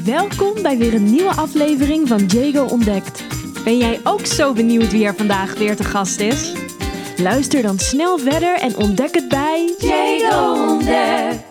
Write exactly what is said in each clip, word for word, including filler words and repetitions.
Welkom bij weer een nieuwe aflevering van Jago Ontdekt. Ben jij ook zo benieuwd wie er vandaag weer te gast is? Luister dan snel verder en ontdek het bij Jago Ontdekt.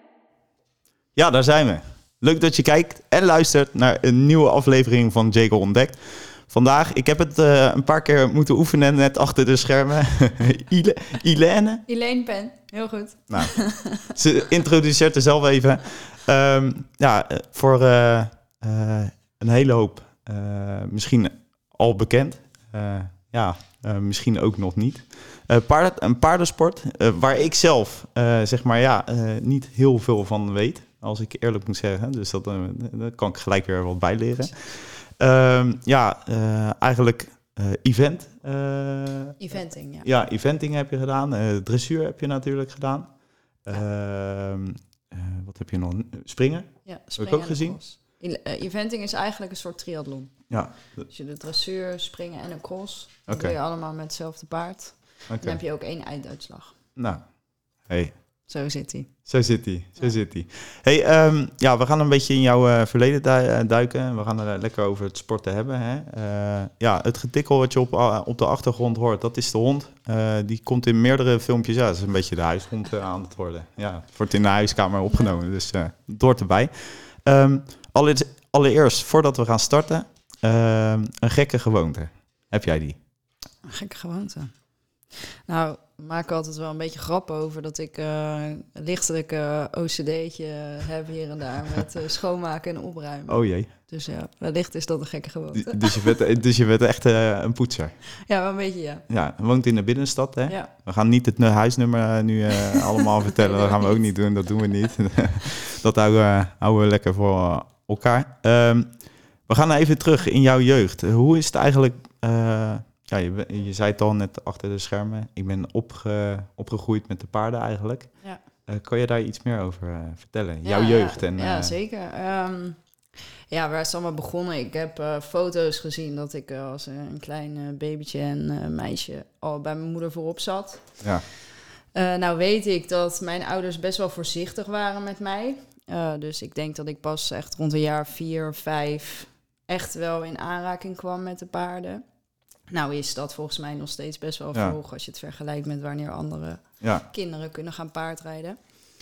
Ja, daar zijn we. Leuk dat je kijkt en luistert naar een nieuwe aflevering van Jago Ontdekt. Vandaag, ik heb het uh, een paar keer moeten oefenen net achter de schermen. Ile, Ilene? Ilene Pen, heel goed. Nou, ze introduceert er zelf even. Um, ja, voor uh, uh, een hele hoop uh, misschien al bekend. Uh, ja, uh, misschien ook nog niet. Uh, paard, een paardensport uh, waar ik zelf uh, zeg maar ja, uh, niet heel veel van weet. Als ik eerlijk moet zeggen. Dus dat, uh, dat kan ik gelijk weer wat bijleren. Uh, ja, uh, eigenlijk uh, event. Uh, Eventing, ja. Ja, eventing heb je gedaan. Uh, dressuur heb je natuurlijk gedaan. Uh, uh, wat heb je nog? Springen? Ja, springen heb ik ook gezien. Uh, eventing is eigenlijk een soort triathlon. Ja. Dus je doet dressuur, springen en een cross. Dat Okay. doe je allemaal met hetzelfde paard. Okay. Dan heb je ook één einduitslag. Nou, hey. Zo zit hij. Zo zit hij, zo ja. zit hij. Hey, um, ja, we gaan een beetje in jouw uh, verleden du- duiken. We gaan er lekker over het sporten hebben. Hè? Uh, ja, het getikkel wat je op, uh, op de achtergrond hoort, dat is de hond. Uh, die komt in meerdere filmpjes. Ja, dat is een beetje de huishond uh, aan het worden. Ja, het wordt in de huiskamer opgenomen, dus uh, door erbij. Um, alle- allereerst, voordat we gaan starten, uh, een gekke gewoonte. Heb jij die? Een gekke gewoonte? Nou, we maken altijd wel een beetje grap over dat ik uh, lichtelijk uh, O C D'tje heb hier en daar met uh, schoonmaken en opruimen. Oh jee. Dus ja, wellicht is dat een gekke gewoonte. Dus je bent, dus je bent echt uh, een poetser? Ja, wel een beetje, ja. Ja, woont in de binnenstad, hè? Ja. We gaan niet het huisnummer nu uh, allemaal vertellen. Dat gaan we ook niet doen, dat doen we niet. Dat houden we, houden we lekker voor elkaar. Um, we gaan even terug in jouw jeugd. Hoe is het eigenlijk... Uh, Ja, je, je zei het al net achter de schermen. Ik ben opge, opgegroeid met de paarden eigenlijk. Ja. Uh, kan je daar iets meer over uh, vertellen? Ja, Jouw jeugd? Ja, en, uh, ja zeker. Um, ja, waar is het allemaal begonnen? Ik heb uh, foto's gezien dat ik uh, als een klein uh, babytje en uh, meisje al bij mijn moeder voorop zat. Ja. Uh, nou weet ik dat mijn ouders best wel voorzichtig waren met mij. Uh, dus ik denk dat ik pas echt rond een jaar vier, vijf echt wel in aanraking kwam met de paarden. Nou is dat volgens mij nog steeds best wel ja. vroeg als je het vergelijkt met wanneer andere ja. kinderen kunnen gaan paardrijden.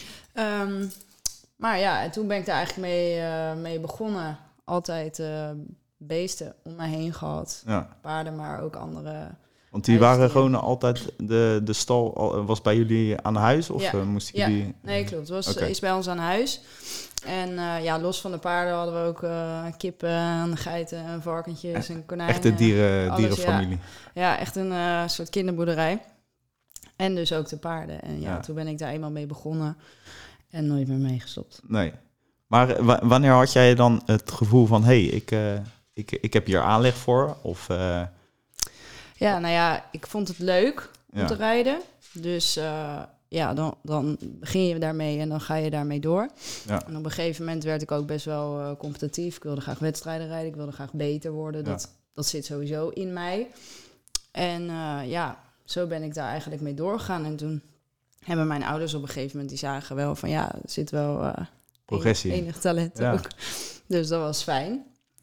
Um, maar ja, en toen ben ik daar eigenlijk mee, uh, mee begonnen. Altijd uh, beesten om me heen gehad. Ja. Paarden, maar ook andere. Want die waren gewoon altijd, de, de stal was bij jullie aan huis? Of ja. uh, moesten ja. jullie... Nee, klopt. Het was, okay. is bij ons aan huis. En uh, ja, los van de paarden hadden we ook uh, kippen en geiten en varkentjes en konijnen. Echte dieren, alles, dierenfamilie. Ja. ja, echt een uh, soort kinderboerderij. En dus ook de paarden. En ja, ja, toen ben ik daar eenmaal mee begonnen en nooit meer mee gestopt. Nee. Maar w- wanneer had jij dan het gevoel van, hé, hey, ik, uh, ik, ik heb hier aanleg voor? Of... Uh... Ja, nou ja, ik vond het leuk om ja. te rijden. Dus uh, ja, dan, dan begin je daarmee en dan ga je daarmee door. Ja. En op een gegeven moment werd ik ook best wel uh, competitief. Ik wilde graag wedstrijden rijden, ik wilde graag beter worden. Ja. Dat, dat zit sowieso in mij. En uh, ja, zo ben ik daar eigenlijk mee doorgegaan. En toen hebben mijn ouders op een gegeven moment, die zagen wel van ja, er zit wel uh, progressie, enig, enig talent ja. ook. Dus dat was fijn.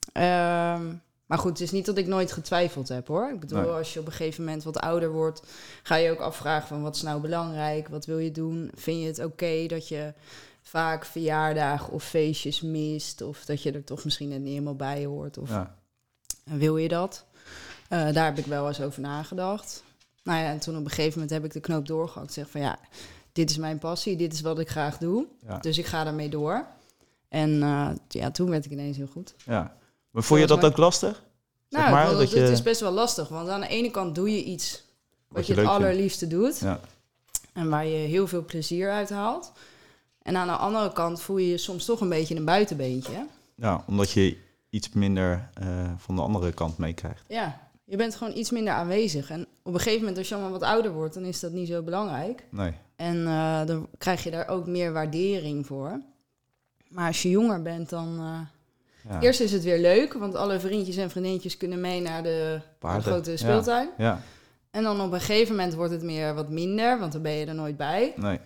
Um, Maar goed, het is niet dat ik nooit getwijfeld heb, hoor. Ik bedoel, nee. Als je op een gegeven moment wat ouder wordt, ga je ook afvragen van wat is nou belangrijk? Wat wil je doen? Vind je het oké okay dat je vaak verjaardagen of feestjes mist? Of dat je er toch misschien net niet helemaal bij hoort? Of ja. Wil je dat? Uh, daar heb ik wel eens over nagedacht. Nou ja, en toen op een gegeven moment heb ik de knoop doorgehakt. Zeg van ja, dit is mijn passie, dit is wat ik graag doe. Ja. Dus ik ga daarmee door. En uh, ja, toen werd ik ineens heel goed. Ja. Maar vond je dat ook lastig? Nou, zeg maar, dat, dat je... het is best wel lastig. Want aan de ene kant doe je iets wat, wat je, je het allerliefste vindt. doet. Ja. En waar je heel veel plezier uit haalt. En aan de andere kant voel je je soms toch een beetje een buitenbeentje. Ja, omdat je iets minder uh, van de andere kant meekrijgt. Ja, je bent gewoon iets minder aanwezig. En op een gegeven moment, als je allemaal wat ouder wordt, dan is dat niet zo belangrijk. Nee. En uh, dan krijg je daar ook meer waardering voor. Maar als je jonger bent, dan... Uh, Ja. Eerst is het weer leuk, want alle vriendjes en vriendinnetjes kunnen mee naar de, de grote speeltuin. Ja. Ja. En dan op een gegeven moment wordt het meer wat minder, want dan ben je er nooit bij. Nee.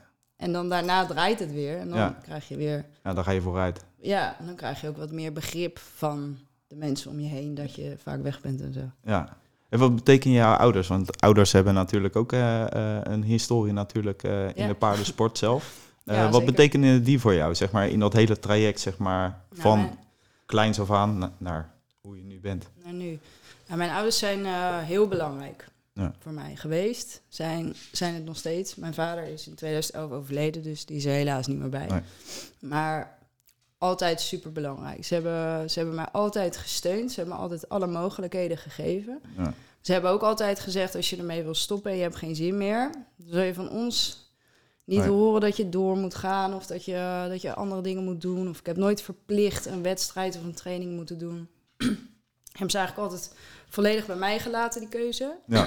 En dan daarna draait het weer. En dan Ja. krijg je weer... Ja, dan ga je vooruit. Ja, en dan krijg je ook wat meer begrip van de mensen om je heen... dat je vaak weg bent en zo. Ja. En wat betekenen jouw ouders? Want ouders hebben natuurlijk ook uh, uh, een historie natuurlijk uh, in Ja. de paardensport zelf. Uh, Ja, wat zeker. betekenen die voor jou, zeg maar, in dat hele traject, zeg maar, Nou, van mijn- kleins af aan na- naar hoe je nu bent? naar nu. Nou, mijn ouders zijn uh, heel belangrijk Ja. voor mij geweest. Zijn, zijn het nog steeds. Mijn vader is in tweeduizend elf overleden, dus die is er helaas niet meer bij. Nee. Maar altijd super belangrijk. Ze hebben, ze hebben mij altijd gesteund. Ze hebben me altijd alle mogelijkheden gegeven. Ja. Ze hebben ook altijd gezegd, als je ermee wil stoppen en je hebt geen zin meer, dan zul je van ons niet Nee. horen dat je door moet gaan of dat je, dat je andere dingen moet doen. Of ik heb nooit verplicht een wedstrijd of een training moeten doen. Hebben ze eigenlijk altijd volledig bij mij gelaten, die keuze. Ja.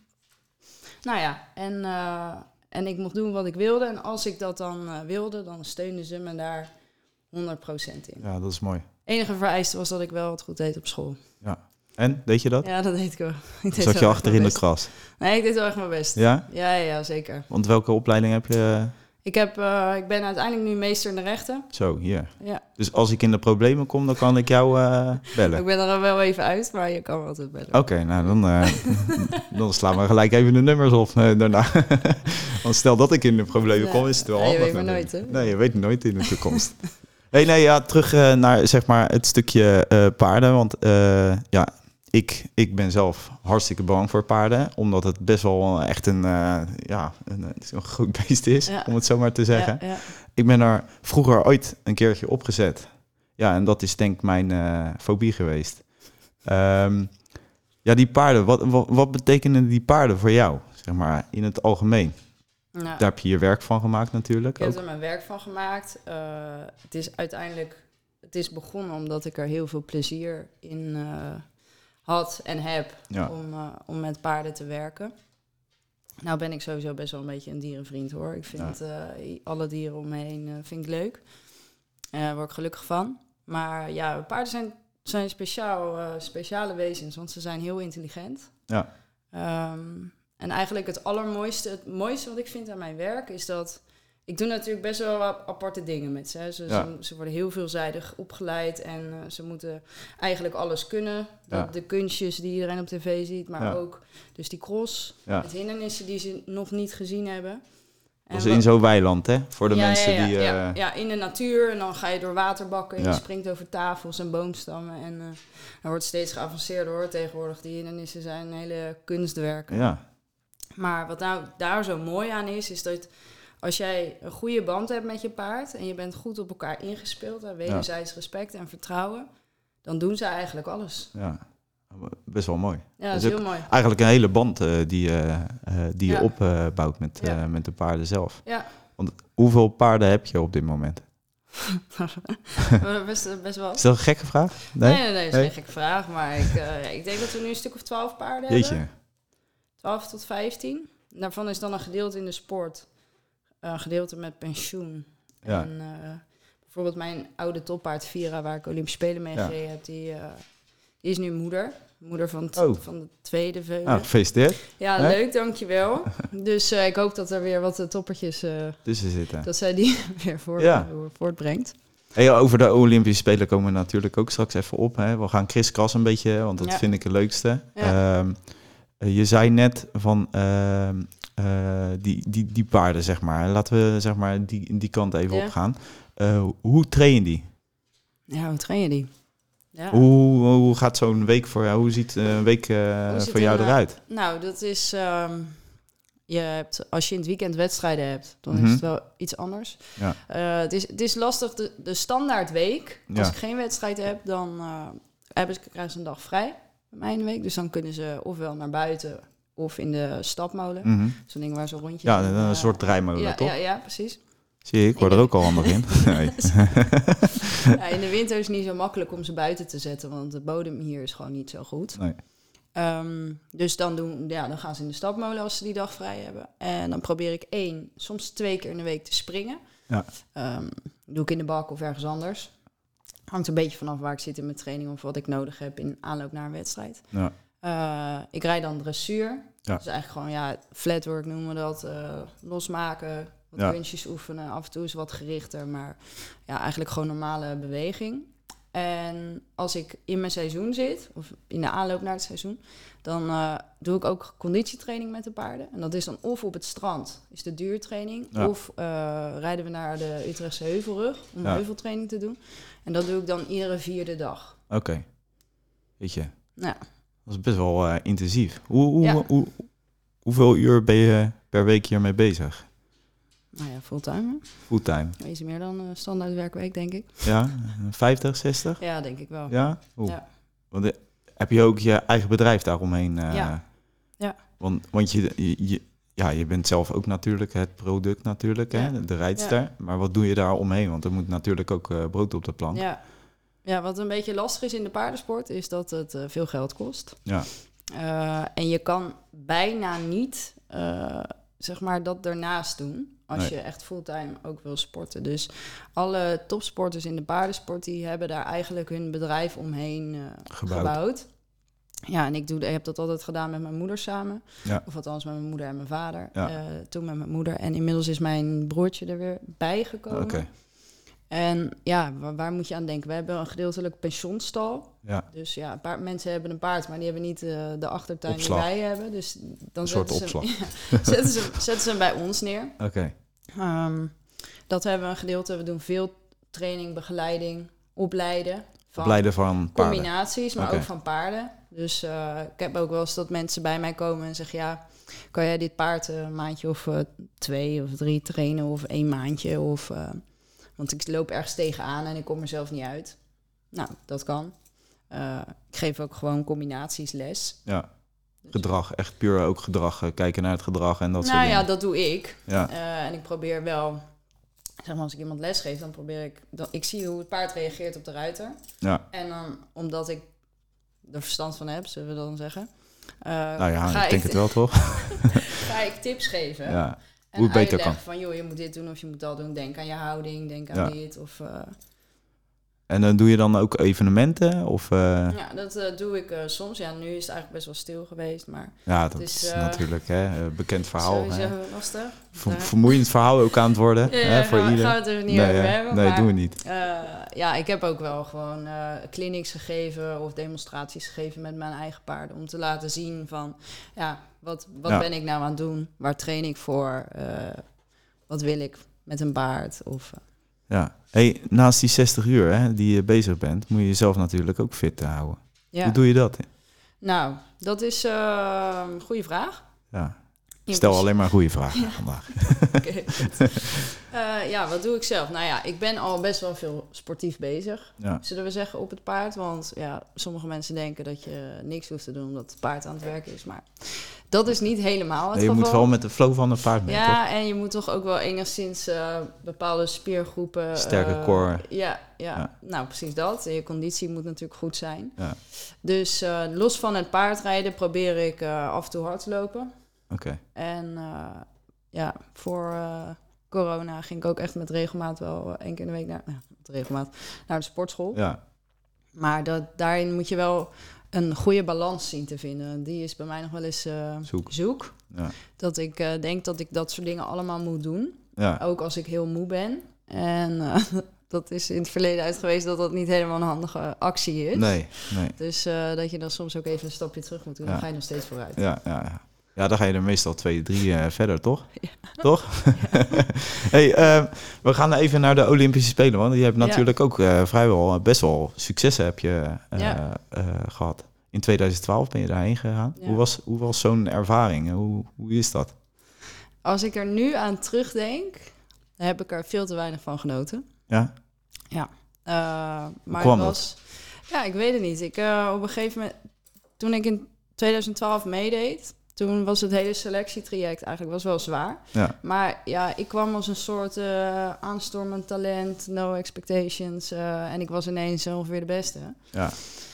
Nou ja, en, uh, en ik mocht doen wat ik wilde. En als ik dat dan uh, wilde, dan steunden ze me daar honderd procent in. Ja, dat is mooi. Enige vereiste was dat ik wel het goed deed op school. Ja. En, deed je dat? Ja, dat deed ik wel. Ik deed Zat je wel achter echt in mijn de best. klas? Nee, ik deed wel echt mijn best. Ja? Ja, ja, ja, zeker. Want welke opleiding heb je? Ik, heb, uh, ik ben uiteindelijk nu meester in de rechten. Zo, hier. Ja. Dus als ik in de problemen kom, dan kan ik jou uh, bellen? Ik ben er wel even uit, maar je kan me altijd bellen. Oké, okay, nou dan, uh, dan slaan we gelijk even de nummers op uh, daarna. Want stel dat ik in de problemen Ja. kom, is het wel Ja, je handig. weet maar nooit, hè? Nee, je weet nooit in de toekomst. nee, nee, ja, terug uh, naar zeg maar het stukje uh, paarden. Want uh, ja, ik, ik ben zelf hartstikke bang voor paarden. Omdat het best wel echt een, uh, ja, een, een groot beest is, Ja. om het zo maar te zeggen. Ja, ja. Ik ben er vroeger ooit een keertje opgezet. Ja, en dat is denk ik mijn uh, fobie geweest. Um, ja, die paarden, wat, wat, wat betekenen die paarden voor jou, zeg maar, in het algemeen? Nou, Daar heb je je werk van gemaakt natuurlijk. ik heb ook. er mijn werk van gemaakt. Uh, het is uiteindelijk, het is begonnen omdat ik er heel veel plezier in uh, had en heb Ja. om, uh, om met paarden te werken. Nou ben ik sowieso best wel een beetje een dierenvriend hoor. Ik vind ja. uh, alle dieren om me heen uh, vind ik leuk. Daar uh, word ik gelukkig van. Maar ja, paarden zijn, zijn speciaal, uh, speciale wezens, want ze zijn heel intelligent. Ja. Um, en eigenlijk het allermooiste, het mooiste wat ik vind aan mijn werk is dat ik doe natuurlijk best wel aparte dingen met ze. Ze, ja. ze, ze worden heel veelzijdig opgeleid en uh, ze moeten eigenlijk alles kunnen. Ja. De kunstjes die iedereen op tv ziet, maar ja. ook dus die cross, ja. met hindernissen die ze nog niet gezien hebben. Dat is in zo'n weiland, hè? Voor de ja, mensen ja, ja, die... Uh... Ja, ja, in de natuur. En dan ga je door waterbakken en ja. je springt over tafels en boomstammen. En uh, er wordt steeds geavanceerder hoor. Tegenwoordig die hindernissen zijn hele kunstwerken. Ja. Maar wat nou daar zo mooi aan is, is dat als jij een goede band hebt met je paard en je bent goed op elkaar ingespeeld, en wederzijds ja. respect en vertrouwen, dan doen ze eigenlijk alles. Ja, best wel mooi. Ja, dat is heel mooi. Eigenlijk een hele band uh, die, uh, uh, die je ja. opbouwt uh, met, uh, ja. met de paarden zelf. Ja. Want hoeveel paarden heb je op dit moment? best, best wel. Is dat een gekke vraag? Nee, nee, nee, nee dat is nee? geen gekke vraag. Maar ik, uh, ik denk dat we nu een stuk of twaalf paarden Jeetje. hebben. twaalf tot vijftien. Daarvan is dan een gedeelte in de sport. Een gedeelte met pensioen. Ja. En, uh, bijvoorbeeld mijn oude toppaard Vira, waar ik Olympische Spelen mee ja. gereden heb, die, uh, die is nu moeder. Moeder van, t- oh. van de tweede veulen. Nou, gefeliciteerd. Ja, He? leuk, dankjewel. Dus uh, ik hoop dat er weer wat uh, toppertjes... Uh, tussen zitten. Dat zij die weer voor, ja. uh, voortbrengt. Hey, over de Olympische Spelen komen we natuurlijk ook straks even op. Hè. We gaan kriskras een beetje, want dat ja. vind ik het leukste. Ja. Um, je zei net van uh, uh, die, die, die paarden, zeg maar. Laten we zeg maar, die, die kant even ja. opgaan. Uh, hoe train je die? Ja, hoe train je die? Ja. Hoe, hoe gaat zo'n week voor jou? Hoe ziet een week uh, voor jou in, eruit? Nou, dat is... Um, je hebt, als je in het weekend wedstrijden hebt, dan mm-hmm. is het wel iets anders. Ja. Uh, het, is, het is lastig, de, de standaard week. Als ja. ik geen wedstrijd heb, dan uh, hebben ze, krijgen ze een dag vrij bij mij in de week. Dus dan kunnen ze ofwel naar buiten of in de stapmolen. Mm-hmm. Zo'n ding waar ze rondjes... Ja, een, uh, een soort draaimolen, ja, toch? Ja, ja, precies. Zie je, ik word er ook al handig in. Nee. Ja, in de winter is het niet zo makkelijk om ze buiten te zetten, want de bodem hier is gewoon niet zo goed. Nee. Um, dus dan, doen, ja, dan gaan ze in de stapmolen als ze die dag vrij hebben. En dan probeer ik één, soms twee keer in de week te springen. Ja. Um, doe ik in de bak of ergens anders. Hangt een beetje vanaf waar ik zit in mijn training of wat ik nodig heb in aanloop naar een wedstrijd. Ja. Uh, ik rijd dan dressuur. Ja. Dus eigenlijk gewoon ja, flatwork noemen we dat. Uh, losmaken, Wat Ja. kunstjes oefenen, af en toe is wat gerichter, maar ja, eigenlijk gewoon normale beweging. En als ik in mijn seizoen zit, of in de aanloop naar het seizoen, dan uh, doe ik ook conditietraining met de paarden. En dat is dan of op het strand, is de duurtraining, Ja. of uh, rijden we naar de Utrechtse Heuvelrug om Ja. heuveltraining te doen. En dat doe ik dan iedere vierde dag. Oké. Okay. Weet je, Ja. dat is best wel uh, intensief. Hoe, hoe, Ja. hoe, hoe, hoeveel uur ben je per week hiermee bezig? Nou ja, fulltime. Fulltime? Iets meer dan een standaard werkweek, denk ik. Ja, vijftig, zestig? Ja, denk ik wel. Ja? Oeh. Ja. Want, uh, heb je ook je eigen bedrijf daaromheen? Uh, Ja. Ja. Want, want je, je, je, ja, je bent zelf ook natuurlijk het product natuurlijk, Ja. hè? De rijdster. Ja. Maar wat doe je daar omheen? Want er moet natuurlijk ook uh, brood op de plank. Ja. Ja, wat een beetje lastig is in de paardensport, is dat het uh, veel geld kost. Ja. Uh, en je kan bijna niet, uh, zeg maar, dat ernaast doen. Als Nee. je echt fulltime ook wil sporten. Dus alle topsporters in de paardensport, die hebben daar eigenlijk hun bedrijf omheen uh, Gebouwd. gebouwd. Ja, en ik, doe, ik heb dat altijd gedaan met mijn moeder samen. Ja. Of althans met mijn moeder en mijn vader. Ja. Uh, toen met mijn moeder. En inmiddels is mijn broertje er weer bij gekomen. Oké. Okay. En ja, waar, waar moet je aan denken? We hebben een gedeeltelijk pensioenstal. Ja. Dus ja, een paar mensen hebben een paard, maar die hebben niet uh, de achtertuin Opslag. die wij hebben. Dus dan een soort zetten, opslag. ze hem, ja, zetten, ze, zetten ze hem bij ons neer. Oké. Okay. Um, dat hebben we een gedeelte. We doen veel training, begeleiding, opleiden. Van Opleiden van paarden. Combinaties, maar okay. ook van paarden. Dus uh, ik heb ook wel eens dat mensen bij mij komen en zeggen... ja, kan jij dit paard een maandje of uh, twee of drie trainen of één maandje? Of, uh, want ik loop ergens tegenaan en ik kom er zelf niet uit. Nou, dat kan. Uh, ik geef ook gewoon combinaties les. Ja, gedrag. Echt puur ook gedrag. Uh, kijken naar het gedrag en dat nou, soort dingen. Nou ja, dat doe ik. Ja. Uh, en ik probeer wel... Zeg maar, als ik iemand les geef, dan probeer ik... Dan, ik zie hoe het paard reageert op de ruiter. Ja. En dan, omdat ik er verstand van heb, zullen we dan zeggen... Uh, nou ja, ga ik denk ik het wel, toch? ga ik tips geven. Ja. En hoe het beter kan. van, joh, je moet dit doen of je moet dat doen. Denk aan je houding, denk aan ja. dit. Of, uh... En dan uh, doe je dan ook evenementen? Of, uh... Ja, dat uh, doe ik uh, soms. Ja, nu is het eigenlijk best wel stil geweest. Maar ja, dat is is uh, natuurlijk hè, een bekend verhaal. Sowieso hè. lastig. Ver, vermoeiend verhaal ook aan het worden. Ja, hè, voor gaan, ieder. gaan we het er niet nee, over hè? hebben. Nee, maar, doen we niet. Uh, ja, ik heb ook wel gewoon uh, clinics gegeven of demonstraties gegeven met mijn eigen paarden. Om te laten zien van, ja, wat, wat ja. ben ik nou aan het doen? Waar train ik voor? Uh, wat wil ik met een paard? Of... Uh, Ja, hey, naast die zestig uur hè, die je bezig bent, moet je jezelf natuurlijk ook fit houden. Ja. Hoe doe je dat? Hè? Nou, dat is uh, een goede vraag. Ja. Stel ja, alleen maar goede vragen ja. vandaag. Okay, uh, ja, wat doe ik zelf? Nou ja, ik ben al best wel veel sportief bezig, ja. zullen we zeggen, op het paard. Want ja, sommige mensen denken dat je niks hoeft te doen omdat het paard aan het werken is. Maar dat is niet helemaal het nee, je geval. moet wel met de flow van het paard mee, Ja, toch? en je moet toch ook wel enigszins uh, bepaalde spiergroepen... Sterke uh, core. Ja, ja, ja, nou precies dat. En je conditie moet natuurlijk goed zijn. Ja. Dus uh, los van het paardrijden probeer ik uh, af en toe hard te lopen. Oké. Okay. En uh, ja, voor uh, corona ging ik ook echt met regelmaat wel uh, één keer in de week naar, nou, met regelmaat naar de sportschool. Ja. Maar dat, daarin moet je wel een goede balans zien te vinden. Die is bij mij nog wel eens uh, zoek. zoek. Ja. Dat ik uh, denk dat ik dat soort dingen allemaal moet doen. Ja. Ook als ik heel moe ben. En uh, dat is in het verleden uit geweest dat dat niet helemaal een handige actie is. Nee, nee. Dus uh, dat je dan soms ook even een stapje terug moet doen. Ja. Dan ga je nog steeds vooruit. Ja, ja, ja. Ja, dan ga je er meestal twee, drie uh, verder, toch? Ja. Toch? Ja. hey, uh, we gaan even naar de Olympische Spelen, want je hebt natuurlijk ja. ook uh, vrijwel best wel successen heb je uh, ja. uh, gehad. In twintig twaalf ben je daarheen gegaan. Ja. Hoe was, hoe was zo'n ervaring? Hoe, hoe is dat? Als ik er nu aan terugdenk, heb ik er veel te weinig van genoten. Ja? Ja. Uh, maar hoe kwam het was, dat? Ja, ik weet het niet. Ik, uh, op een gegeven moment, toen ik in twintig twaalf meedeed... Toen was het hele selectietraject eigenlijk was wel zwaar. Ja. Maar ja, ik kwam als een soort uh, aanstormend talent, no expectations. Uh, en ik was ineens ongeveer de beste. Ja.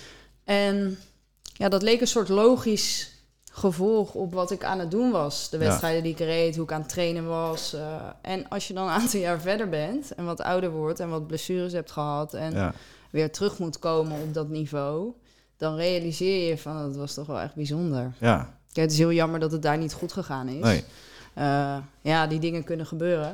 En ja, dat leek een soort logisch gevolg op wat ik aan het doen was. De wedstrijden ja. die ik reed, hoe ik aan het trainen was. Uh, en als je dan een aantal jaar verder bent en wat ouder wordt en wat blessures hebt gehad... en ja. weer terug moet komen op dat niveau... dan realiseer je van, dat was toch wel echt bijzonder. Ja. Ja, het is heel jammer dat het daar niet goed gegaan is. Nee. Uh, ja, die dingen kunnen gebeuren.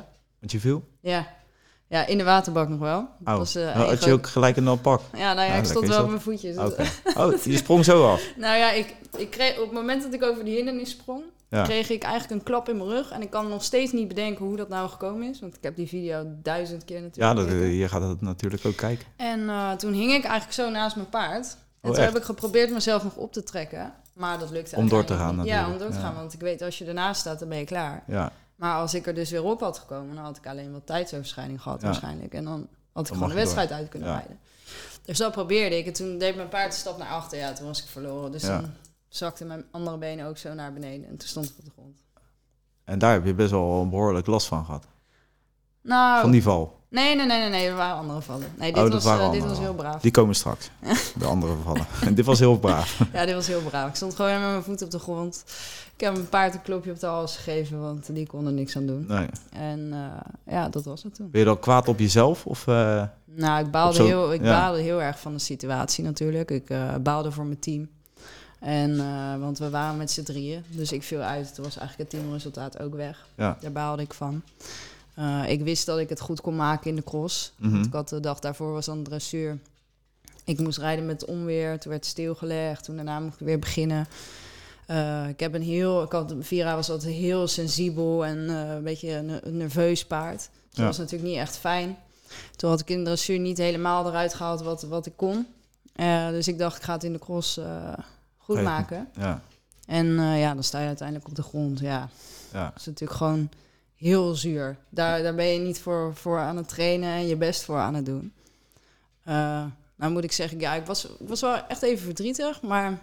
Want je viel? Ja. Ja, in de waterbak nog wel. Dat Oh. was, uh, Nou, had je ook gelijk een pak? Ja, nou ja, Ja, ik stond lekker wel is op mijn voetjes. Oké. Okay. Oh, je sprong zo af? Nou ja, ik, ik kreeg, op het moment dat ik over die hindernis sprong, ja. kreeg ik eigenlijk een klap in mijn rug. En ik kan nog steeds niet bedenken hoe dat nou gekomen is. Want ik heb die video duizend keer natuurlijk Ja, dat, je gaat het natuurlijk ook kijken. En uh, toen hing ik eigenlijk zo naast mijn paard. En oh, toen echt? heb ik geprobeerd mezelf nog op te trekken. Maar dat lukte Om door te gaan niet. natuurlijk. Ja, om door te ja. gaan. Want ik weet, als je ernaast staat, dan ben je klaar. Ja. Maar als ik er dus weer op had gekomen, dan had ik alleen wat tijdsoverschrijding gehad ja. waarschijnlijk. En dan had ik dan gewoon de wedstrijd door. uit kunnen ja. rijden. Dus dat probeerde ik. En toen deed mijn paard een stap naar achter. Ja, toen was ik verloren. Dus ja. dan zakte mijn andere benen ook zo naar beneden. En toen stond ik op de grond. En daar heb je best wel behoorlijk last van gehad? Nou, van die val? Nee, nee, nee, nee, nee. Er waren andere vallen. Nee, dit, oh, was, uh, dit was heel braaf. Die komen straks. De andere vallen. En dit was heel braaf. Ja, dit was heel braaf. Ik stond gewoon met mijn voet op de grond. Ik heb mijn paard een klopje op de hals gegeven, want die kon er niks aan doen. Nee. En uh, ja, dat was het toen. Ben je dan kwaad op jezelf? Of, uh, nou, ik, baalde heel, ik ja. baalde heel erg van de situatie natuurlijk. Ik uh, baalde voor mijn team. En, uh, want we waren met z'n drieën, dus ik viel uit. Toen was eigenlijk het teamresultaat ook weg. Ja. Daar baalde ik van. Uh, ik wist dat ik het goed kon maken in de cross. Mm-hmm. Want ik had de dag daarvoor was dan dressuur. Ik moest rijden met onweer. Toen werd het stilgelegd. Toen daarna moest ik weer beginnen. Uh, ik heb een heel... Ik had, Vira was altijd heel sensibel en uh, een beetje een, een nerveus paard. Dus ja. dat was natuurlijk niet echt fijn. Toen had ik in de dressuur niet helemaal eruit gehaald wat, wat ik kon. Uh, dus ik dacht, ik ga het in de cross uh, goed Hey, maken. Ja. En uh, ja, dan sta je uiteindelijk op de grond. Ja, ja. dat is natuurlijk gewoon... heel zuur. Daar, daar ben je niet voor, voor aan het trainen en je best voor aan het doen. Uh, nou moet ik zeggen, ja, ik was, ik was wel echt even verdrietig, maar...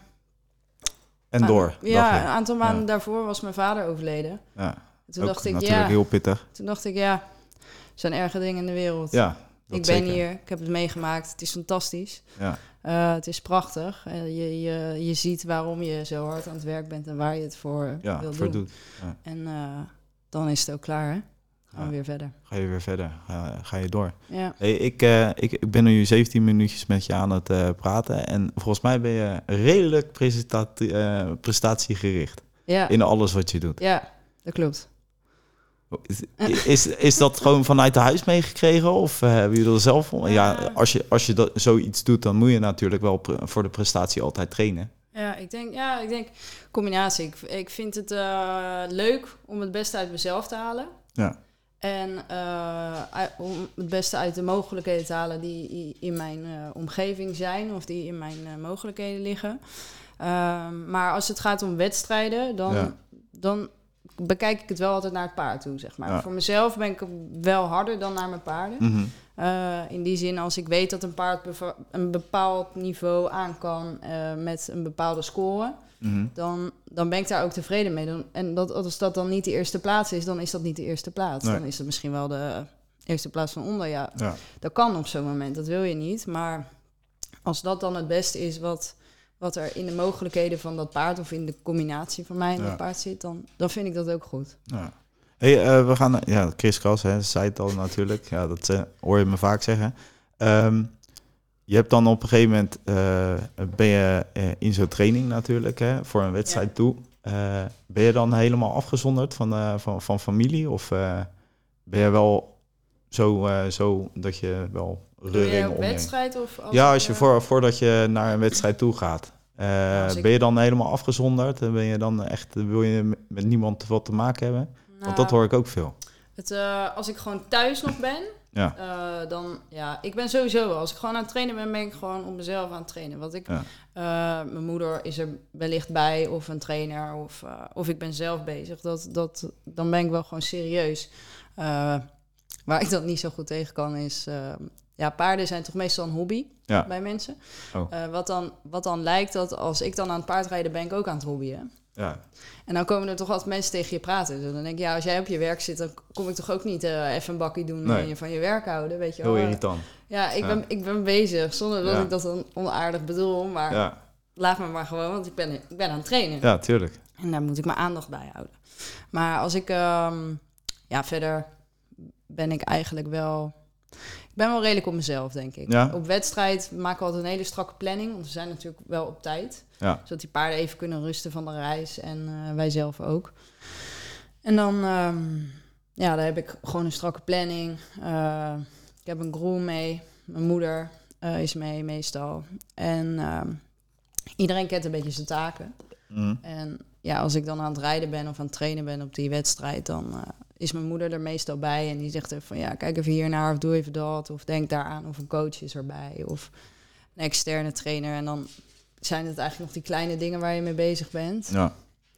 En door? Uh, ja, een aantal maanden ja. daarvoor was mijn vader overleden. Ja, toen ook dacht ik, natuurlijk ja, heel pittig. Toen dacht ik, ja, er zijn erge dingen in de wereld. Ja, dat ik ben zeker. hier, ik heb het meegemaakt, het is fantastisch. Ja. Uh, het is prachtig. Uh, je, je, je ziet waarom je zo hard aan het werk bent en waar je het voor ja, wil voor doen. Doet. Ja. En uh, dan is het ook klaar, hè? Gaan we ja. weer verder. Ga je weer verder. Ga, ga je door. Ja. Hey, ik, uh, ik, ik ben nu zeventien minuutjes met je aan het uh, praten. En volgens mij ben je redelijk presentati- uh, prestatiegericht. Ja. In alles wat je doet. Ja, dat klopt. Is, is, is dat gewoon vanuit de huis meegekregen? Of uh, hebben jullie er zelf om? Ja, als je, als je dat, zoiets doet, dan moet je natuurlijk wel pre- voor de prestatie altijd trainen. Ja, ik denk, ja, ik denk combinatie. Ik, ik vind het uh, leuk om het beste uit mezelf te halen. Ja. En uh, om het beste uit de mogelijkheden te halen die in mijn uh, omgeving zijn of die in mijn uh, mogelijkheden liggen. Uh, maar als het gaat om wedstrijden, dan, ja. dan bekijk ik het wel altijd naar het paard toe, zeg maar. Ja. Voor mezelf ben ik wel harder dan naar mijn paarden. Mm-hmm. Uh, in die zin, als ik weet dat een paard beva- een bepaald niveau aan kan uh, met een bepaalde score, mm-hmm. dan, dan ben ik daar ook tevreden mee. Dan, en dat, als dat dan niet de eerste plaats is, dan is dat niet de eerste plaats. Nee. Dan is het misschien wel de eerste plaats van onder. Ja, ja. Dat kan op zo'n moment, dat wil je niet. Maar als dat dan het beste is wat, wat er in de mogelijkheden van dat paard of in de combinatie van mij en ja. dat paard zit, dan, dan vind ik dat ook goed. Ja. Hey, uh, we gaan... Ja, Chris Kras, hè, zei het al natuurlijk. Ja, dat uh, hoor je me vaak zeggen. Um, je hebt dan op een gegeven moment... Uh, ben je uh, in zo'n training natuurlijk, hè, voor een wedstrijd ja. toe. Uh, ben je dan helemaal afgezonderd van, uh, van, van familie? Of uh, ben je wel zo, uh, zo dat je wel reuring op wedstrijd? Of als ja, als je voor, voordat je naar een wedstrijd toe gaat. Uh, ja, ben je dan helemaal afgezonderd? Ben je dan echt... Wil je met niemand wat te maken hebben? Want dat hoor ik ook veel. Het, uh, als ik gewoon thuis nog ben, ja. Uh, dan ja, ik ben sowieso, als ik gewoon aan het trainen ben, ben ik gewoon op mezelf aan het trainen. Want ik, ja. uh, mijn moeder is er wellicht bij, of een trainer, of, uh, of ik ben zelf bezig. Dat, dat, dan ben ik wel gewoon serieus. Uh, waar ik dan niet zo goed tegen kan is, uh, ja, paarden zijn toch meestal een hobby ja. bij mensen. Oh. Uh, wat, dan, wat dan lijkt dat als ik dan aan het paardrijden ben, ik ook aan het hobbyen. Ja. En dan komen er toch altijd mensen tegen je praten. Dus dan denk ik, ja, als jij op je werk zit, dan kom ik toch ook niet uh, even een bakkie doen nee. en je van je werk houden, weet je wel. Heel irritant. Ja, ik, ja. Ben, ik ben bezig, zonder dat ja. ik dat dan onaardig bedoel, maar ja. laat me maar gewoon, want ik ben, ik ben aan het trainen. Ja, tuurlijk. En daar moet ik mijn aandacht bij houden. Maar als ik, um, ja, verder ben ik eigenlijk wel... Ik ben wel redelijk op mezelf, denk ik. Ja. Op wedstrijd maken we altijd een hele strakke planning, want we zijn natuurlijk wel op tijd. Ja. Zodat die paarden even kunnen rusten van de reis en uh, wij zelf ook. En dan, um, ja, daar heb ik gewoon een strakke planning. Uh, ik heb een groom mee. Mijn moeder uh, is mee meestal. En uh, iedereen kent een beetje zijn taken. Mm. En ja, als ik dan aan het rijden ben of aan het trainen ben op die wedstrijd... dan uh, is mijn moeder er meestal bij. En die zegt even van, ja, kijk even hiernaar of doe even dat. Of denk daaraan of een coach is erbij. Of een externe trainer. En dan zijn het eigenlijk nog die kleine dingen waar je mee bezig bent. Ja.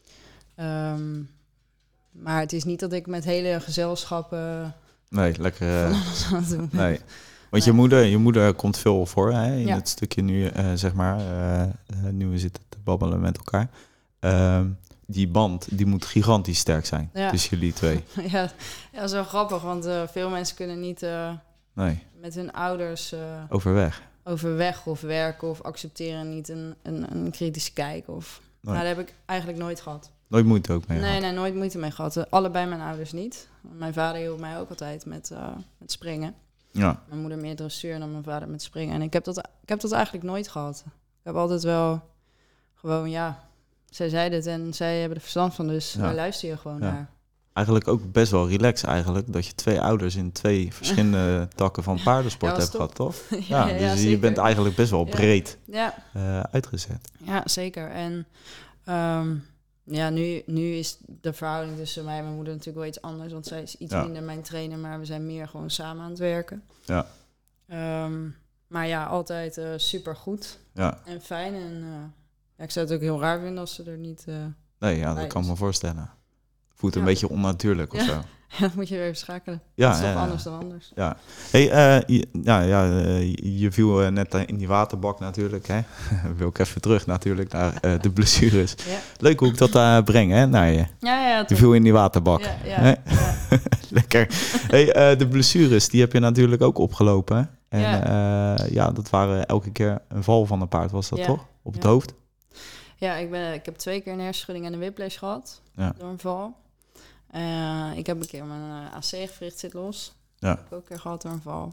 Um, maar het is niet dat ik met hele gezelschappen... Nee, lekker... Uh, van alles aan het doen ben. Nee. Want nee. je, moeder, je moeder komt veel voor hè, in ja. het stukje nu, uh, zeg maar. Uh, uh, nu we zitten te babbelen met elkaar. Uh, die band, die moet gigantisch sterk zijn ja. tussen jullie twee. Ja, ja, dat is wel grappig, want uh, veel mensen kunnen niet uh, nee. met hun ouders... Uh, overweg. Overweg of werken of accepteren niet een, een, een kritische kijk. Of, nee. Nou, dat heb ik eigenlijk nooit gehad. Nooit moeite ook mee nee, gehad? Nee, nooit moeite mee gehad. Allebei mijn ouders niet. Mijn vader hielp mij ook altijd met, uh, met springen. Ja. Mijn moeder meer dressuur dan mijn vader met springen. En ik heb dat, ik heb dat eigenlijk nooit gehad. Ik heb altijd wel gewoon, ja... Zij zeiden het en zij hebben er verstand van, dus ja. daar luister je gewoon ja. naar. Eigenlijk ook best wel relaxed eigenlijk, dat je twee ouders in twee verschillende takken van paardensport ja, hebt top. gehad, toch? ja, ja, ja, dus ja, je bent eigenlijk best wel breed ja. uh, uitgezet. Ja, zeker. En um, ja, nu, nu is de verhouding tussen mij en mijn moeder natuurlijk wel iets anders, want zij is iets ja. minder mijn trainer, maar we zijn meer gewoon samen aan het werken. Ja. Um, maar ja, altijd uh, super goed ja. en fijn en... Uh, Ja, ik zou het ook heel raar vinden als ze er niet... Uh, nee, ja, dat kan ik me voorstellen. Voelt ja. een beetje onnatuurlijk of ja. zo. Ja, dan moet je weer even schakelen. Ja, dat is ja, toch ja. anders dan anders. Ja. Hey, uh, je, ja, ja, uh, je viel uh, net in die waterbak natuurlijk. Hè? Wil ik even terug natuurlijk naar uh, de blessures. Ja. Leuk hoe ik dat uh, breng hè, naar je. Ja, ja, je viel in die waterbak. Ja, ja, ja. Lekker. Hey, uh, de blessures, die heb je natuurlijk ook opgelopen. Hè? En ja. Uh, ja, dat waren elke keer een val van een paard, was dat ja. toch? Op het ja. hoofd? Ja, ik, ben, ik heb twee keer een hersenschudding en een whiplash gehad. Ja. Door een val. Uh, ik heb een keer mijn uh, A C-gewricht zit los. Ja. Dat heb ik ook een keer gehad door een val.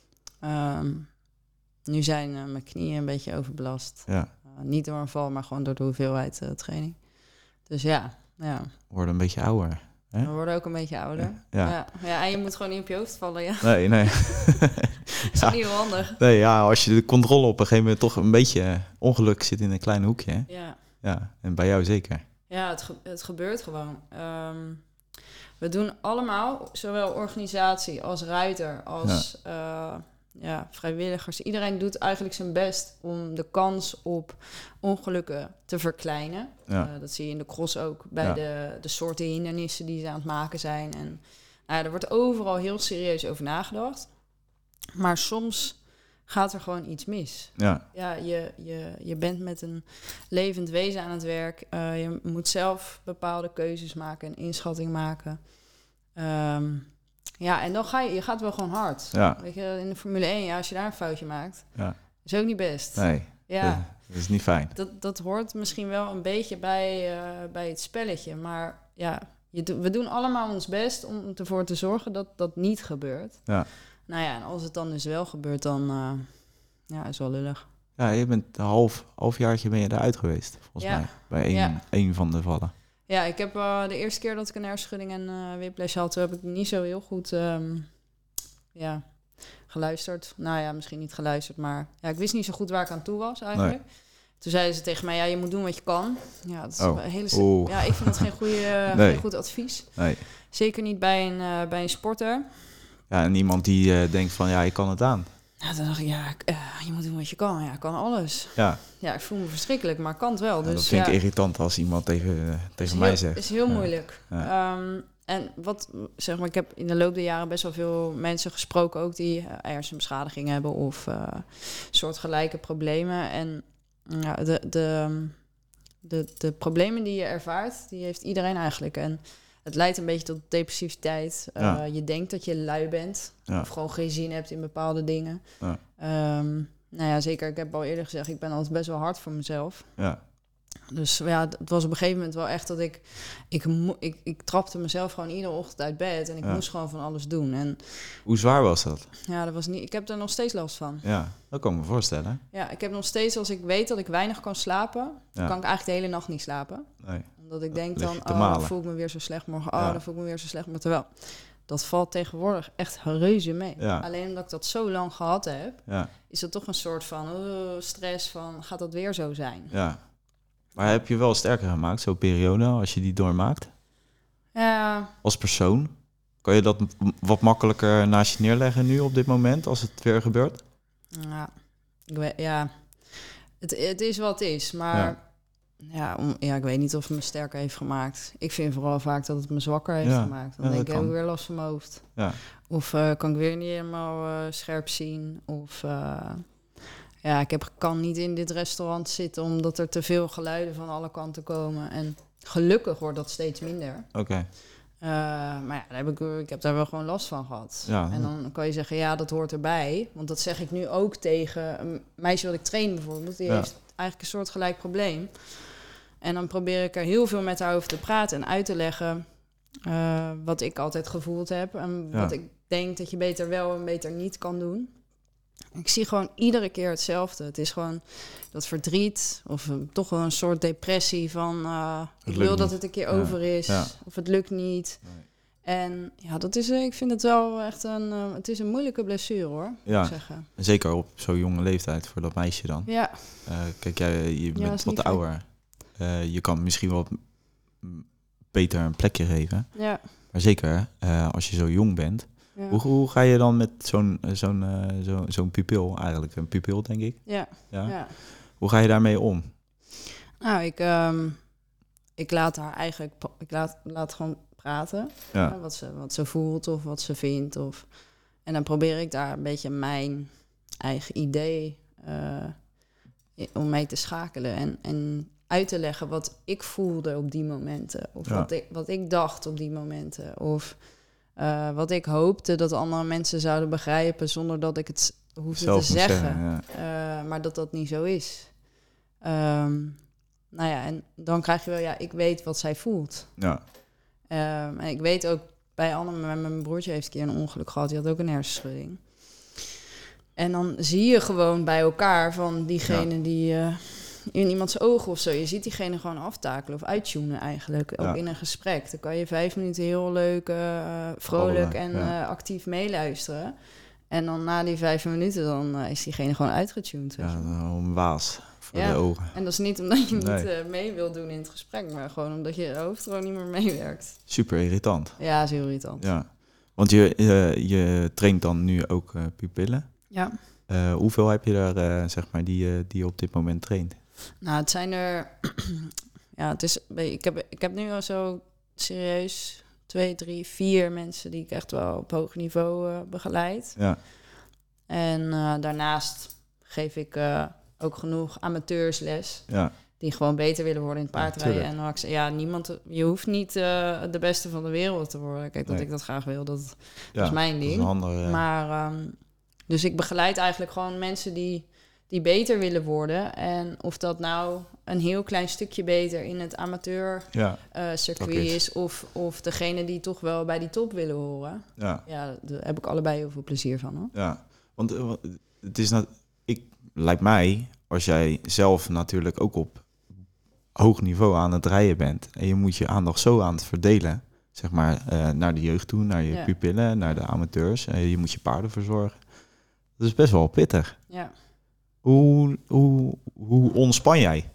Um, nu zijn uh, mijn knieën een beetje overbelast. Ja. Uh, niet door een val, maar gewoon door de hoeveelheid uh, training. Dus ja, ja. We worden een beetje ouder. Hè? We worden ook een beetje ouder. Ja. Ja. Ja, en je moet gewoon niet op je hoofd vallen, ja. Nee, nee. Dat is ja. niet heel handig. Nee, ja, als je de controle op een gegeven moment toch een beetje ongeluk zit in een klein hoekje. Hè? Ja. Ja, en bij jou zeker. Ja, het, ge- het gebeurt gewoon. Um, we doen allemaal, zowel organisatie als ruiter, als ja. Uh, ja, vrijwilligers. Iedereen doet eigenlijk zijn best om de kans op ongelukken te verkleinen. Ja. Uh, dat zie je in de cross ook bij ja. de, de soorten hindernissen die ze aan het maken zijn. En nou ja, er wordt overal heel serieus over nagedacht. Maar soms gaat er gewoon iets mis. Ja, ja je, je, je bent met een levend wezen aan het werk. Uh, je moet zelf bepaalde keuzes maken, een inschatting maken. Um, ja, en dan ga je, je gaat wel gewoon hard. Ja. Weet je, in de Formule één, ja, als je daar een foutje maakt, ja. is ook niet best. Nee, ja. dat is niet fijn. Dat, dat hoort misschien wel een beetje bij, uh, bij het spelletje. Maar ja, je do- we doen allemaal ons best om ervoor te zorgen dat dat niet gebeurt. Ja. Nou ja, en als het dan dus wel gebeurt, dan uh, ja, is wel lullig. Ja, je bent een half, halfjaartje ben je eruit geweest, volgens ja. mij. Bij één, ja. één van de vallen. Ja, ik heb uh, de eerste keer dat ik een hersenschudding en uh, whiplash had, heb ik niet zo heel goed um, ja, geluisterd. Nou ja, misschien niet geluisterd, maar ja, ik wist niet zo goed waar ik aan toe was eigenlijk. Nee. Toen zeiden ze tegen mij, ja, je moet doen wat je kan. Ja, dat is oh. een hele st- ja, ik vind dat geen, goede, nee. geen goed advies. Nee. Zeker niet bij een, uh, bij een sporter. Ja, en iemand die uh, denkt van, ja, ik kan het aan. Ja, dan dacht ik, ja, uh, je moet doen wat je kan. Ja, ik kan alles. Ja. Ja, ik voel me verschrikkelijk, maar ik kan het wel. Ja, dus, dat vind ja. ik irritant als iemand tegen, uh, tegen is mij heel, zegt. is heel ja. moeilijk. Ja. Um, en wat, zeg maar, ik heb in de loop der jaren best wel veel mensen gesproken ook die uh, hersenbeschadiging hebben of uh, soortgelijke problemen. En ja, de, de, de, de problemen die je ervaart, die heeft iedereen eigenlijk. En het leidt een beetje tot depressiviteit. Uh, ja. Je denkt dat je lui bent. Ja. Of gewoon geen zin hebt in bepaalde dingen. Ja. Um, nou ja, zeker. Ik heb al eerder gezegd, ik ben altijd best wel hard voor mezelf. Ja. Dus ja, het was op een gegeven moment wel echt dat ik... Ik, mo- ik, ik trapte mezelf gewoon iedere ochtend uit bed. En ik ja. moest gewoon van alles doen. En hoe zwaar was dat? Ja, dat was niet... Ik heb er nog steeds last van. Ja, dat kan ik me voorstellen. Ja, ik heb nog steeds, als ik weet dat ik weinig kan slapen... Ja. dan kan ik eigenlijk de hele nacht niet slapen. Nee. Omdat ik denk dan, oh, dan voel ik me weer zo slecht morgen. Oh, ja. dan voel ik me weer zo slecht. Maar terwijl, dat valt tegenwoordig echt reuze mee. Ja. Alleen omdat ik dat zo lang gehad heb, Ja. is dat toch een soort van uh, stress van, gaat dat weer zo zijn? Ja. Maar heb je wel sterker gemaakt, zo'n periode, als je die doormaakt? Ja. Als persoon? Kan je dat m- wat makkelijker naast je neerleggen nu op dit moment, als het weer gebeurt? Ja, ik weet, ja. Het, het is wat het is, maar Ja. Ja, om, ja, ik weet niet of het me sterker heeft gemaakt. Ik vind vooral vaak dat het me zwakker heeft Ja. gemaakt. Dan Ja, denk dat ik, heb kan. ik weer last van mijn hoofd. Ja. Of uh, kan ik weer niet helemaal uh, scherp zien. Of uh, ja, ik heb, kan niet in dit restaurant zitten omdat er te veel geluiden van alle kanten komen. En gelukkig wordt dat steeds minder. Oké. Okay. Uh, maar ja, daar heb ik, ik heb daar wel gewoon last van gehad. Ja. En dan kan je zeggen, ja, dat hoort erbij. Want dat zeg ik nu ook tegen een meisje wat ik train bijvoorbeeld. Die ja. heeft eigenlijk een soort gelijk probleem. En dan probeer ik er heel veel met haar over te praten en uit te leggen uh, wat ik altijd gevoeld heb. En ja. wat ik denk dat je beter wel en beter niet kan doen. Ik zie gewoon iedere keer hetzelfde. Het is gewoon dat verdriet of uh, toch wel een soort depressie van... Uh, ik wil niet. Dat het een keer ja. over is ja. of het lukt niet. Nee. En ja, dat is, ik vind het wel echt een... Uh, het is een moeilijke blessure, hoor. Ja, moet ik zeggen. Zeker op zo'n jonge leeftijd voor dat meisje dan. Ja. Uh, kijk, jij je bent ja, wat ouder. Uh, je kan misschien wel beter een plekje geven. Ja. Maar zeker uh, als je zo jong bent. Ja. Hoe, hoe ga je dan met zo'n, zo'n, uh, zo, zo'n pupil, eigenlijk een pupil denk ik? Ja. Ja. ja. Hoe ga je daarmee om? Nou, ik, um, ik laat haar eigenlijk, ik laat, laat gewoon praten. Ja. Hè, wat, ze, wat ze voelt of wat ze vindt. Of, en dan probeer ik daar een beetje mijn eigen idee uh, om mee te schakelen. En, en uit te leggen wat ik voelde op die momenten. Of ja. wat, ik, wat ik dacht op die momenten. Of uh, wat ik hoopte dat andere mensen zouden begrijpen zonder dat ik het hoefde Zelf te zeggen. zeggen ja. uh, maar dat dat niet zo is. Um, nou ja, en dan krijg je wel, ja, ik weet wat zij voelt. Ja. Um, en ik weet ook, bij Anne, met mijn broertje heeft een keer een ongeluk gehad. Die had ook een hersenschudding. En dan zie je gewoon bij elkaar van diegene ja. die... Uh, in iemands ogen of zo. Je ziet diegene gewoon aftakelen of uittunen eigenlijk. Ook ja. in een gesprek. Dan kan je vijf minuten heel leuk, uh, vrolijk en ja. uh, actief meeluisteren. En dan na die vijf minuten dan uh, is diegene gewoon uitgetuned. Ja, een waas voor ja. de ogen. En dat is niet omdat je nee. niet uh, mee wil doen in het gesprek, maar gewoon omdat je hoofd gewoon niet meer meewerkt. Super irritant. Ja, is heel irritant. Ja. Want je, uh, je traint dan nu ook uh, pupillen. Ja. Uh, hoeveel heb je daar, uh, zeg maar, die, uh, die je op dit moment traint? Nou, het zijn er... ja, het is... Ik heb, ik heb nu al zo serieus twee, drie, vier mensen die ik echt wel op hoog niveau uh, begeleid. Ja. En uh, daarnaast geef ik uh, ook genoeg amateursles. Ja. Die gewoon beter willen worden in het paardrijden. Ja, en dan ik zeg, ja, niemand... Je hoeft niet uh, de beste van de wereld te worden. Kijk, dat nee. ik dat graag wil, dat, ja, dat is mijn ding. Dat is een andere, ja. Maar... Um, dus ik begeleid eigenlijk gewoon mensen die... die beter willen worden. En of dat nou een heel klein stukje beter in het amateur ja, uh, circuit is. is... Of, of degene die toch wel bij die top willen horen. Ja, ja daar heb ik allebei heel veel plezier van. Hoor. Ja, want uh, het is... Nou, ik, lijkt mij, als jij zelf natuurlijk ook op hoog niveau aan het rijden bent... en je moet je aandacht zo aan het verdelen... zeg maar uh, naar de jeugd toe, naar je ja. pupillen, naar de amateurs... Uh, je moet je paarden verzorgen. Dat is best wel pittig. Ja. Hoe, hoe, hoe ontspan jij?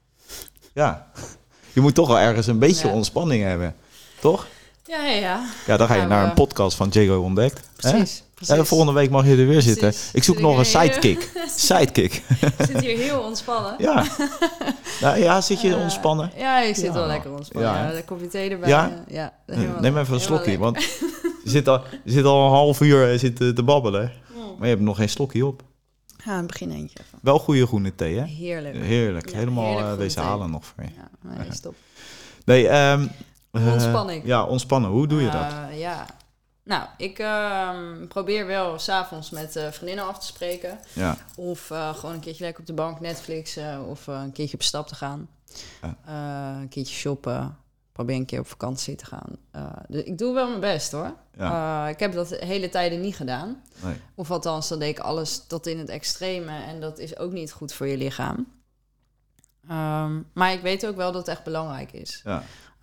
Ja, je moet toch wel ergens een beetje ja. ontspanning hebben, toch? Ja, ja, ja. Ja, dan ga je nou, naar uh, een podcast van Jago Ontdekt. Precies, hè? precies. Ja, volgende week mag je er weer precies. zitten. Ik zoek zit nog een sidekick. sidekick. Ik zit hier heel ontspannen. Ja. Nou, ja, zit je ontspannen? Uh, ja, ik zit ja. wel lekker ontspannen. Ja. Ja, de kopje thee erbij. Ja? Ja, neem even een slokje, want je zit al, je zit al een half uur zit te babbelen. Mm. Maar je hebt nog geen slokje op. Ja, een begin eentje even. Wel goede groene thee, hè? Heerlijk. Heerlijk. Ja, Helemaal heerlijk uh, deze thee. halen nog voor je. Ja, nee, stop. Nee, um, uh, ontspanning. Ja, ontspannen. Hoe doe je dat? Uh, ja, nou, ik uh, probeer wel 's avonds met uh, vriendinnen af te spreken. Ja. Of uh, gewoon een keertje lekker op de bank Netflixen. Of uh, een keertje op stap te gaan. Ja. Uh, een keertje shoppen. Probeer een keer op vakantie te gaan. Uh, dus ik doe wel mijn best, hoor. Ja. Uh, ik heb dat de hele tijden niet gedaan. Nee. Of althans, dan deed ik alles tot in het extreme. En dat is ook niet goed voor je lichaam. Um, maar ik weet ook wel dat het echt belangrijk is. Ja.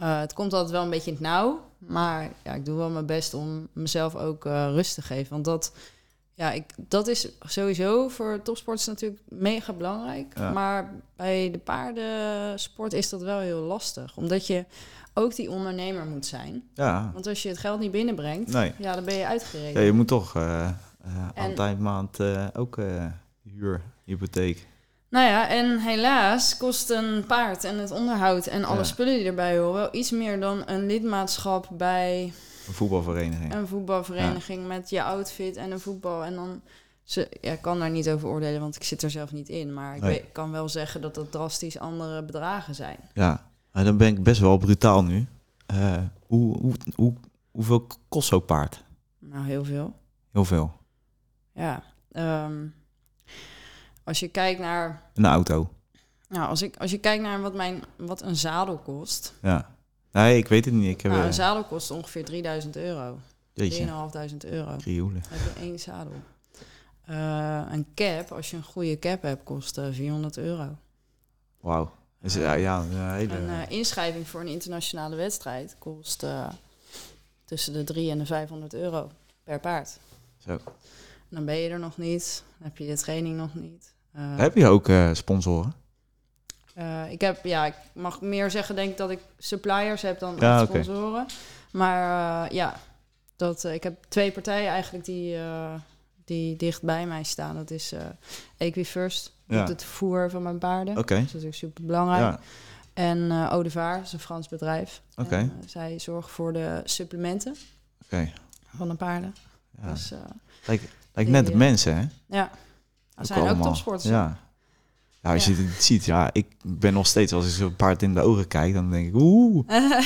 Uh, het komt altijd wel een beetje in het nauw. Maar ja, ik doe wel mijn best om mezelf ook uh, rust te geven. Want dat, ja, ik, dat is sowieso voor topsporters natuurlijk mega belangrijk. Ja. Maar bij de paardensport is dat wel heel lastig. Omdat je ook die ondernemer moet zijn. Ja. Want als je het geld niet binnenbrengt, nee. ja, dan ben je uitgereden. Ja, je moet toch uh, uh, aan het eindmaand uh, ook uh, huur, hypotheek. Nou ja, en helaas kost een paard en het onderhoud en alle ja. spullen die erbij horen wel iets meer dan een lidmaatschap bij een voetbalvereniging. Een voetbalvereniging ja. met je outfit en een voetbal. En dan, ze, ja, ik kan daar niet over oordelen, want ik zit er zelf niet in. Maar ik nee. weet, kan wel zeggen dat dat drastisch andere bedragen zijn. Ja, maar dan ben ik best wel brutaal nu. Uh, hoe, hoe, hoe, hoeveel kost zo'n paard? Nou, heel veel. Heel veel? Ja, um, als je kijkt naar... Een auto? Nou, als, ik, als je kijkt naar wat, mijn, wat een zadel kost... Ja. Nee, ik weet het niet. Ik heb nou, een zadel kost ongeveer drieduizend euro. drieduizend vijfhonderd euro. Krioelen. Dan heb je één zadel. Uh, een cap, als je een goede cap hebt, kost uh, vierhonderd euro. Wauw. Dus, ja, ja, een hele... Een uh, inschrijving voor een internationale wedstrijd kost uh, tussen de drie en de vijfhonderd euro per paard. Zo. En dan ben je er nog niet. Dan heb je de training nog niet. Uh, heb je ook uh, sponsoren? Uh, ik heb, ja, ik mag meer zeggen, denk ik, dat ik suppliers heb dan ja, sponsoren. Okay. Maar uh, ja, dat, uh, ik heb twee partijen eigenlijk die, uh, die dicht bij mij staan. Dat is uh, Equifirst, ja. het voer van mijn paarden. Okay. Dat is natuurlijk super belangrijk. Ja. En uh, Audevaar, dat is een Frans bedrijf. Okay. En, uh, zij zorgen voor de supplementen okay. van de paarden. Ja. Dus, uh, lijkt lijkt net de mensen, hè? Ja, dat zijn ook topsporters. Ja. Ja, als je het ziet, ja, ik ben nog steeds, als ik zo'n paard in de ogen kijk, dan denk ik, oeh.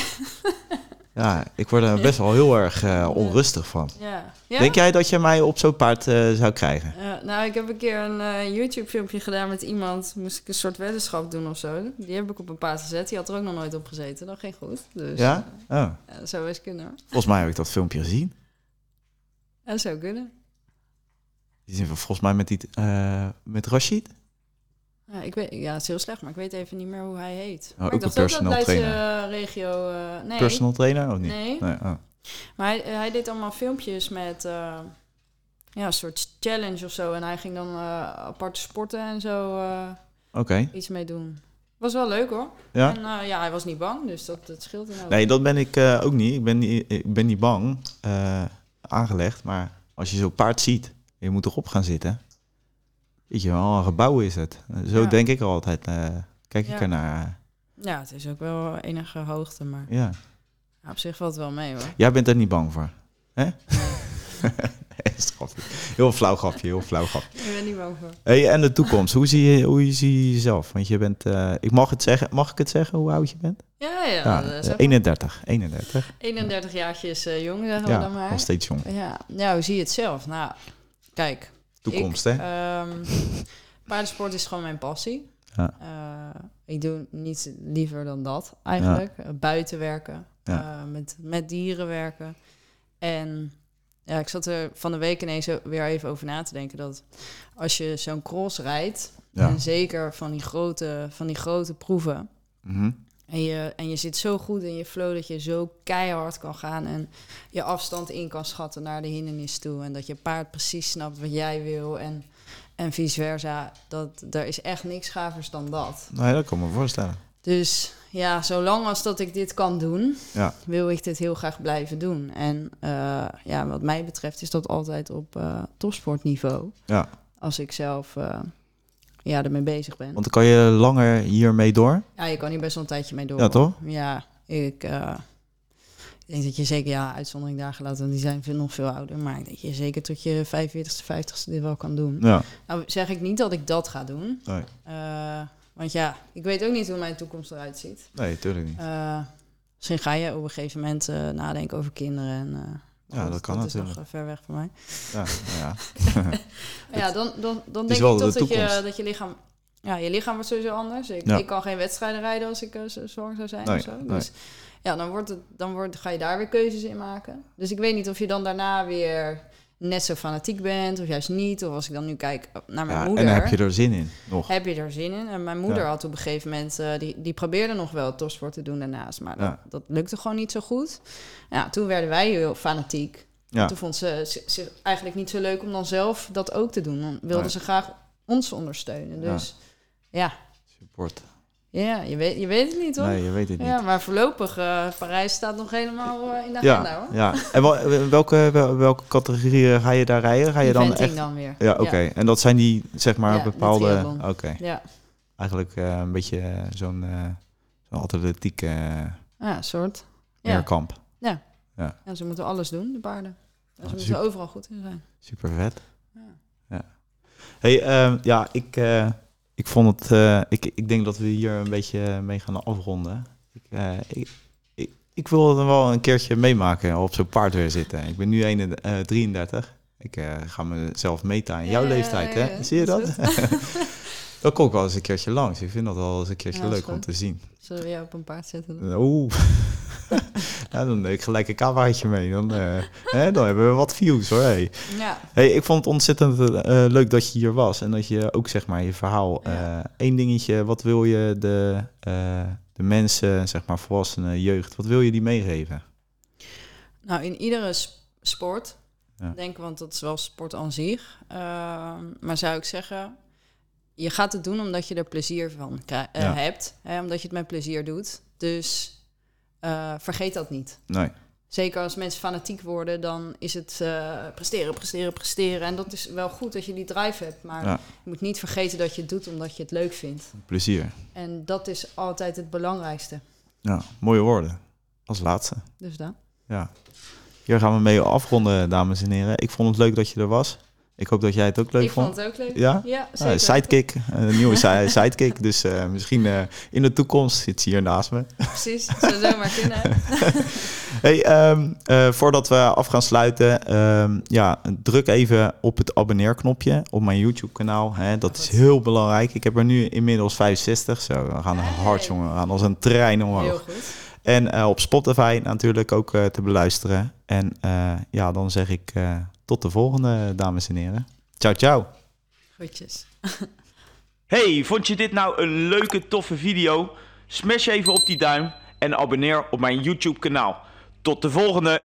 Ja, ik word er best wel heel erg uh, onrustig van. Ja. Ja? Denk jij dat je mij op zo'n paard uh, zou krijgen? Uh, nou, ik heb een keer een uh, YouTube-filmpje gedaan met iemand. Moest ik een soort weddenschap doen of zo. Die heb ik op een paard gezet. Die had er ook nog nooit op gezeten. Dat ging goed. Dus, ja? Oh. Uh, dat zou eens kunnen. Volgens mij heb ik dat filmpje gezien. Dat zou kunnen. Die zijn volgens mij met, die, uh, met Rashid. Ja, ik weet, ja, het is heel slecht, maar ik weet even niet meer hoe hij heet. Oh, ook ik een personal dat trainer. Uh, regio, uh, nee. Personal trainer of niet? Nee. nee oh. Maar hij, hij deed allemaal filmpjes met uh, ja, een soort challenge of zo. En hij ging dan uh, aparte sporten en zo uh, okay. iets mee doen. Was wel leuk hoor. Ja? En uh, ja, hij was niet bang, dus dat, dat scheelt dan ook. Nee, dat ben ik uh, ook niet. Ik ben niet, ik ben niet bang uh, aangelegd, maar als je zo'n paard ziet, je moet erop gaan zitten. Weet je wel, een gebouw is het. Zo ja. denk ik er altijd. Uh, kijk ik ja. ernaar. Ja, het is ook wel enige hoogte, maar ja. Ja, op zich valt het wel mee hoor. Jij bent er niet bang voor, hè? Heel flauw grapje, heel flauw grapje. Ik ben niet bang voor. Hey, en de toekomst, hoe zie je, hoe zie je jezelf? Want je bent, uh, ik mag het zeggen, mag ik het zeggen hoe oud je bent? Ja, ja. ja uh, eenendertig, eenendertig. eenendertig jaartjes uh, jong, zeggen ja, we dan maar. nog steeds jong. Ja, ja, hoe zie je het zelf? Nou, kijk. Toekomst, ik, hè? Um, paardensport is gewoon mijn passie. Ja. Uh, ik doe niets liever dan dat, eigenlijk. Ja. Uh, buiten werken, ja. uh, met, met dieren werken. En ja, ik zat er van de week ineens weer even over na te denken dat als je zo'n cross rijdt, ja. en zeker van die grote, van die grote proeven, mm-hmm. en, je, en je zit zo goed in je flow dat je zo keihard kan gaan en je afstand in kan schatten naar de hindernis toe en dat je paard precies snapt wat jij wil en, en vice versa. Dat, er is echt niks gavers dan dat. Nee, dat kan me voorstellen. Dus ja, zolang als dat ik dit kan doen, ja. wil ik dit heel graag blijven doen. En uh, ja, wat mij betreft is dat altijd op uh, topsportniveau. Ja. Als ik zelf uh, ja, ermee bezig ben. Want dan kan je langer hiermee door? Ja, je kan hier best wel een tijdje mee door. Ja, toch? Ja, ik, uh, ik denk dat je zeker, ja, uitzondering daar gelaten, die zijn veel, nog veel ouder. Maar ik denk dat je zeker tot je vijfenveertigste, vijftigste dit wel kan doen. Ja. Nou zeg ik niet dat ik dat ga doen. Nee. Uh, Want ja, ik weet ook niet hoe mijn toekomst eruit ziet. Nee, tuurlijk niet. Uh, misschien ga je op een gegeven moment uh, nadenken over kinderen. En, uh, ja, dat, dat kan dat natuurlijk. is nog uh, ver weg van mij. Ja, ja. ja dan, dan, dan denk ik toch dat je, dat je lichaam... Ja, je lichaam wordt sowieso anders. Ik, ja. ik kan geen wedstrijden rijden als ik uh, zwanger zou zijn nee, of zo. Nee. Dus ja, dan, wordt het, dan wordt, ga je daar weer keuzes in maken. Dus ik weet niet of je dan daarna weer net zo fanatiek bent of juist niet. Of als ik dan nu kijk naar mijn ja, moeder. En heb je er zin in nog? Heb je er zin in? En mijn moeder Ja. had op een gegeven moment... Uh, die, die probeerde nog wel topsport te doen daarnaast. Maar Ja. dat, dat lukte gewoon niet zo goed. Ja, toen werden wij heel fanatiek. Ja. Toen vond ze, ze, ze eigenlijk niet zo leuk om dan zelf dat ook te doen. Dan wilden Nee. ze graag ons ondersteunen. Dus ja, Support. ja je, weet, je weet het niet hoor. Nee, je weet het niet. Ja, maar voorlopig, uh, Parijs staat nog helemaal uh, in de agenda Ja, hoor. ja. En wel, welke, wel- welke categorieën ga je daar rijden? Ga je dan Eventing echt... dan weer. Ja, oké. Ja. En dat zijn die, zeg maar, Ja, de bepaalde... triathlon. Oké. Okay. Ja. Eigenlijk uh, een beetje uh, zo'n, uh, zo'n atletiek uh, Ja, soort. Ja. meerkamp. Ja. Ja. En ze moeten alles doen, de paarden. En ze Ah, moeten super. overal goed in zijn. Super vet. Ja. Ja. Hey, uh, ja, ik, uh, ik vond het... Uh, ik, ik denk dat we hier een beetje mee gaan afronden. Ik, uh, ik, ik, ik wil er wel een keertje meemaken, op zo'n paard weer zitten. Ik ben nu een, uh, drieëndertig. Ik uh, ga mezelf meten aan jouw Ja, leeftijd, hè? ja, ja, Zie je dat dat? is Dan kom ik wel eens een keertje langs. Ik vind dat wel eens een keertje Ja, dat is leuk om goed. te zien. Zullen we jou op een paard zetten? Dan? Oeh. Ja, dan neem ik gelijk een cameraatje mee. Dan, uh, hè, dan hebben we wat views hoor. Hey. Ja. Hey, ik vond het ontzettend uh, leuk dat je hier was. En dat je ook zeg maar je verhaal... Ja. Eén uh, dingetje, wat wil je de, uh, de mensen, zeg maar volwassenen, jeugd... Wat wil je die meegeven? Nou, in iedere sp- sport, Ja. denk ik, want dat is wel sport aan zich. Uh, maar zou ik zeggen, je gaat het doen omdat je er plezier van kri- uh, Ja. hebt. Hè, omdat je het met plezier doet. Dus uh, vergeet dat niet. Nee. Zeker als mensen fanatiek worden, dan is het uh, presteren, presteren, presteren. En dat is wel goed dat je die drive hebt. Maar Ja. je moet niet vergeten dat je het doet omdat je het leuk vindt. Plezier. En dat is altijd het belangrijkste. Ja, mooie woorden. Als laatste. Dus dat. Ja. Hier gaan we mee afronden, dames en heren. Ik vond het leuk dat je er was. Ik hoop dat jij het ook leuk ik vond. vond het ook leuk. Ja? Ja, Uh, zeker. sidekick, een nieuwe si- sidekick. Dus uh, misschien uh, in de toekomst zit ze hier naast me. Precies, zou zomaar kunnen. Hey, um, uh, voordat we af gaan sluiten, um, ja, druk even op het abonneerknopje op mijn YouTube-kanaal. Hè. Dat is heel belangrijk. Ik heb er nu inmiddels vijfenzestig. Zo, we gaan Hey. hard, jongen. We gaan als een trein omhoog. Heel goed. En uh, op Spotify natuurlijk ook uh, te beluisteren. En uh, ja, dan zeg ik uh, tot de volgende, dames en heren. Ciao, ciao. Groetjes. Hey, vond je dit nou een leuke, toffe video? Smash even op die duim en abonneer op mijn YouTube kanaal. Tot de volgende!